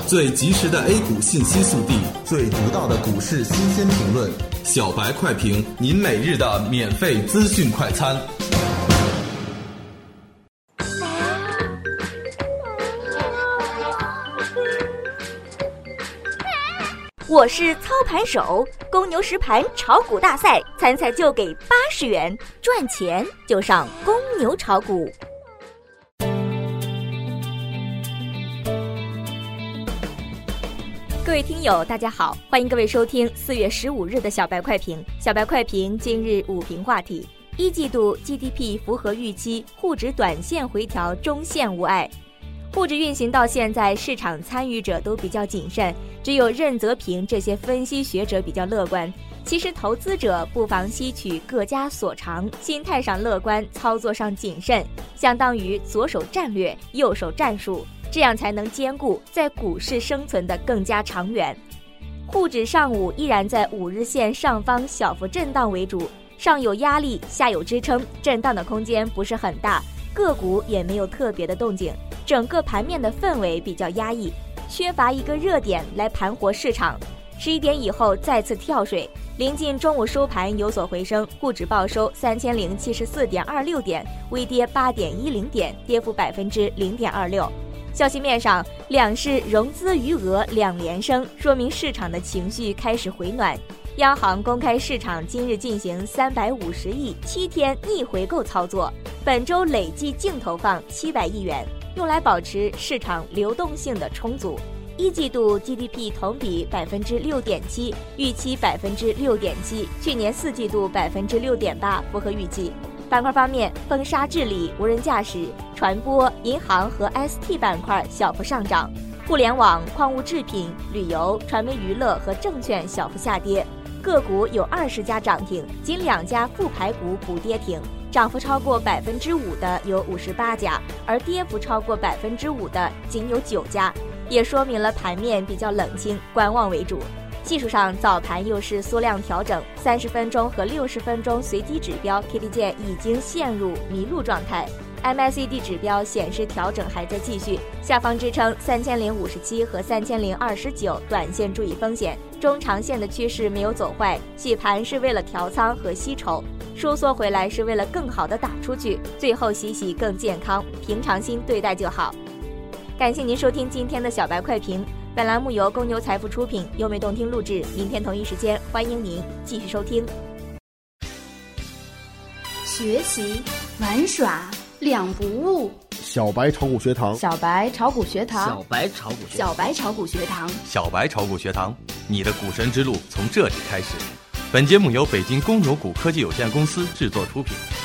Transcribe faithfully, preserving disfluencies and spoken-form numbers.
最及时的 A 股信息速递， 最独到的股市新鲜评论， 小白快评，您每日的免费资讯快餐。 我是操盘手，公牛实盘炒股大赛，参赛就给八十元，赚钱就上公牛炒股。各位听友大家好，欢迎各位收听四月十五日的小白快评。小白快评今日午评话题：一季度 G D P 符合预期，沪指短线回调，中线无碍。沪指运行到现在，市场参与者都比较谨慎，只有任泽平这些分析学者比较乐观。其实投资者不妨吸取各家所长，心态上乐观，操作上谨慎，相当于左手战略，右手战术，这样才能兼顾在股市生存的更加长远。沪指上午依然在五日线上方小幅震荡为主，上有压力，下有支撑，震荡的空间不是很大，个股也没有特别的动静，整个盘面的氛围比较压抑，缺乏一个热点来盘活市场。十一点以后再次跳水，临近中午收盘有所回升，沪指报收三千零七十四点二六点，微跌八点一零点，跌幅百分之零点二六。消息面上，两市融资余额两连升，说明市场的情绪开始回暖。央行公开市场今日进行三百五十亿七天逆回购操作，本周累计净投放七百亿元，用来保持市场流动性的充足。一季度 G D P 同比百分之六点七，预期百分之六点七，去年四季度百分之六点八，符合预计。板块方面，风沙治理、无人驾驶、传播、银行和 S T 板块小幅上涨，互联网、矿物制品、旅游、传媒娱乐和证券小幅下跌。个股有二十家涨停，仅两家复牌股补跌停，涨幅超过百分之五的有五十八家，而跌幅超过百分之五的仅有九家，也说明了盘面比较冷清，观望为主。技术上，早盘又是缩量调整，三十分钟和六十分钟随机指标 K D 线已经陷入迷路状态。M A C D 指标显示调整还在继续，下方支撑三千零五十七和三千零二十九，短线注意风险。中长线的趋势没有走坏，洗盘是为了调仓和吸筹，收缩回来是为了更好的打出去，最后洗洗更健康，平常心对待就好。感谢您收听今天的小白快评，本栏目由公牛财富出品，优美动听录制。明天同一时间，欢迎您继续收听。 学习玩耍两不误， 小白炒股学堂， 小白炒股学堂， 小白炒股学小白炒股学堂， 小白炒股学堂，你的股神之路从这里开始。本节目由北京公牛股科技有限公司制作出品。